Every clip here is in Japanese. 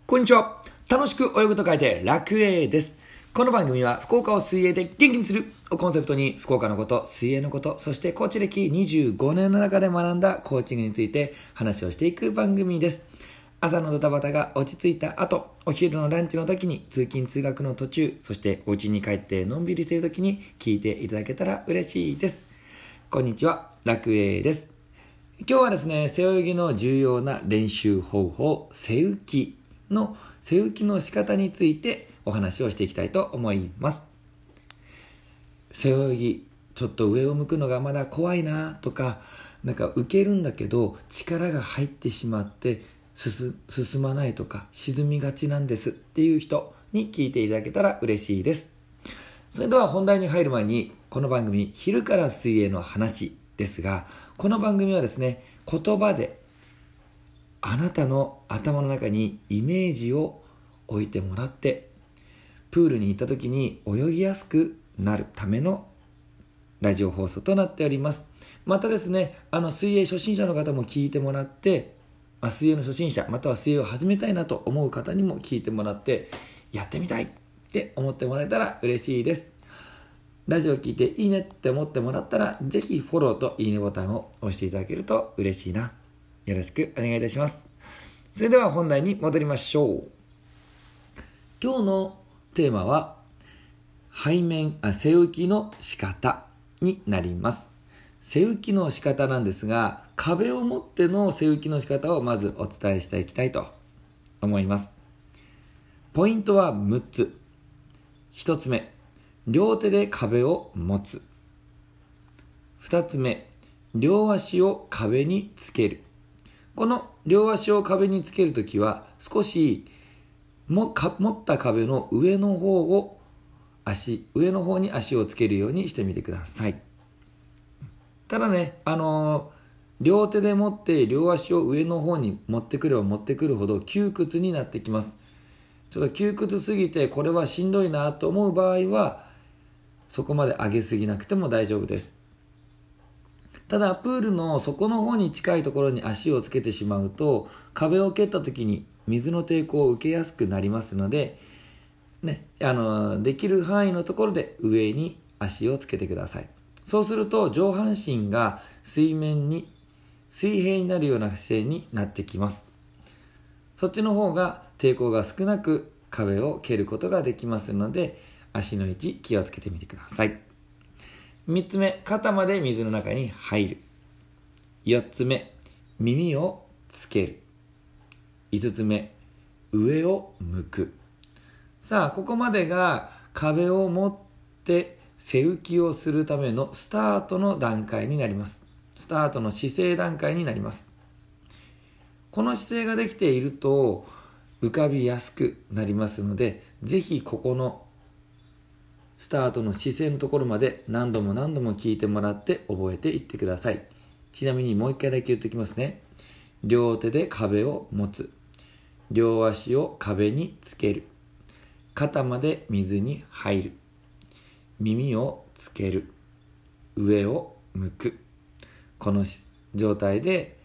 こんにちは。楽しく泳ぐと書いて楽泳です。この番組は福岡を水泳で元気にするをコンセプトに福岡のこと、水泳のこと、そしてコーチ歴25年の中で学んだコーチングについて話をしていく番組です。朝のドタバタが落ち着いた後、お昼のランチの時に通勤通学の途中、そしてお家に帰ってのんびりしている時に聞いていただけたら嬉しいです。こんにちは、楽泳です。今日はですね、背泳ぎの重要な練習方法、背浮きの仕方についてお話をしていきたいと思います。背泳ぎちょっと上を向くのがまだ怖いなとか、浮けるんだけど力が入ってしまって進まないとか沈みがちなんですっていう人に聞いていただけたら嬉しいです。それでは本題に入る前に、この番組昼から水泳の話ですが、この番組はですね、言葉であなたの頭の中にイメージを置いてもらって、プールに行った時に泳ぎやすくなるためのラジオ放送となっております。またですね、水泳初心者の方も聞いてもらって、水泳の初心者または水泳を始めたいなと思う方にも聞いてもらって、やってみたいって思ってもらえたら嬉しいです。ラジオ聞いていいねって思ってもらったら、ぜひフォローといいねボタンを押していただけると嬉しいな。よろしくお願いいたします。それでは本題に戻りましょう。今日のテーマは背浮きの仕方になります。背浮きの仕方なんですが、壁を持っての背浮きの仕方をまずお伝えしていきたいと思います。ポイントは6つ。1つ目、両手で壁を持つ。2つ目、両足を壁につける。この両足を壁につけるときは、少し持った壁の上の方に足をつけるようにしてみてください。ただね、両手で持って両足を上の方に持ってくれば持ってくるほど窮屈になってきます。ちょっと窮屈すぎてこれはしんどいなと思う場合は、そこまで上げすぎなくても大丈夫です。ただプールの底の方に近いところに足をつけてしまうと、壁を蹴った時に水の抵抗を受けやすくなりますので、できる範囲のところで上に足をつけてください。そうすると上半身が水平になるような姿勢になってきます。そっちの方が抵抗が少なく壁を蹴ることができますので、足の位置気をつけてみてください。3つ目、肩まで水の中に入る。4つ目、耳をつける。5つ目、上を向く。さあ、ここまでが壁を持って背浮きをするためのスタートの段階になります。スタートの姿勢段階になります。この姿勢ができていると浮かびやすくなりますので、ぜひここのスタートの姿勢のところまで何度も聞いてもらって覚えていってください。ちなみにもう一回だけ言っておきますね。両手で壁を持つ。両足を壁につける。肩まで水に入る。耳をつける。上を向く。この状態で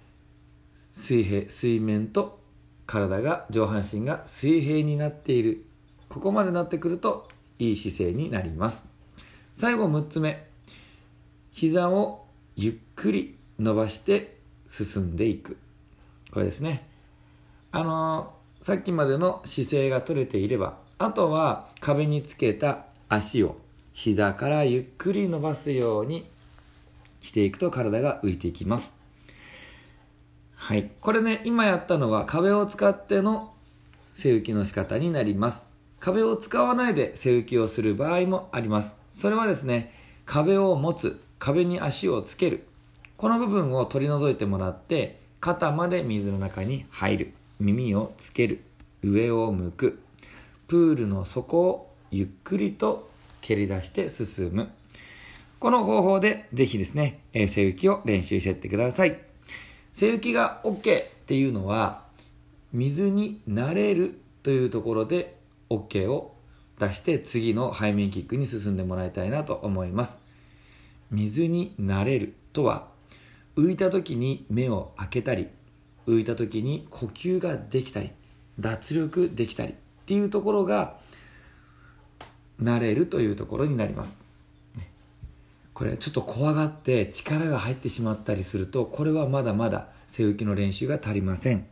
水面と上半身が水平になっている。ここまでなってくるといい姿勢になります。最後6つ目、膝をゆっくり伸ばして進んでいく。これですね。さっきまでの姿勢が取れていれば、あとは壁につけた足を膝からゆっくり伸ばすようにしていくと体が浮いていきます。はい、これね、今やったのは壁を使っての背浮きの仕方になります。壁を使わないで背浮きをする場合もあります。それはですね、壁を持つ、壁に足をつける、この部分を取り除いてもらって、肩まで水の中に入る、耳をつける、上を向く、プールの底をゆっくりと蹴り出して進む。この方法でぜひですね、背浮きを練習していってください。背浮きが OK っていうのは、水に慣れるというところでOK を出して、次の背面キックに進んでもらいたいなと思います。水に慣れるとは、浮いた時に目を開けたり、浮いた時に呼吸ができたり、 脱力できたりっていうところが慣れるというところになります。これちょっと怖がって力が入ってしまったりすると、これはまだまだ背浮きの練習が足りません。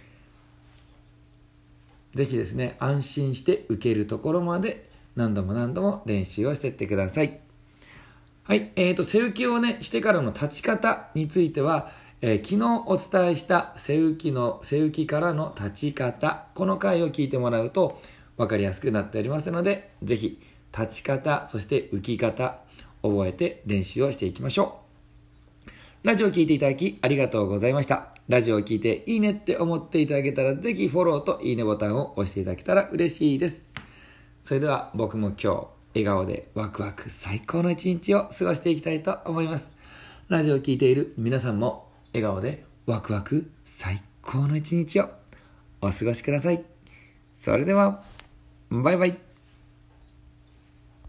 ぜひですね、安心して受けるところまで何度も何度も練習をしていってください。はい、背浮きをねしてからの立ち方については、昨日お伝えした背浮きからの立ち方、この回を聞いてもらうと分かりやすくなっておりますので、ぜひ立ち方、そして浮き方覚えて練習をしていきましょう。ラジオを聞いていただきありがとうございました。ラジオを聞いていいねって思っていただけたら、ぜひフォローといいねボタンを押していただけたら嬉しいです。それでは僕も今日笑顔でワクワク最高の一日を過ごしていきたいと思います。ラジオを聞いている皆さんも笑顔でワクワク最高の一日をお過ごしください。それではバイバイ。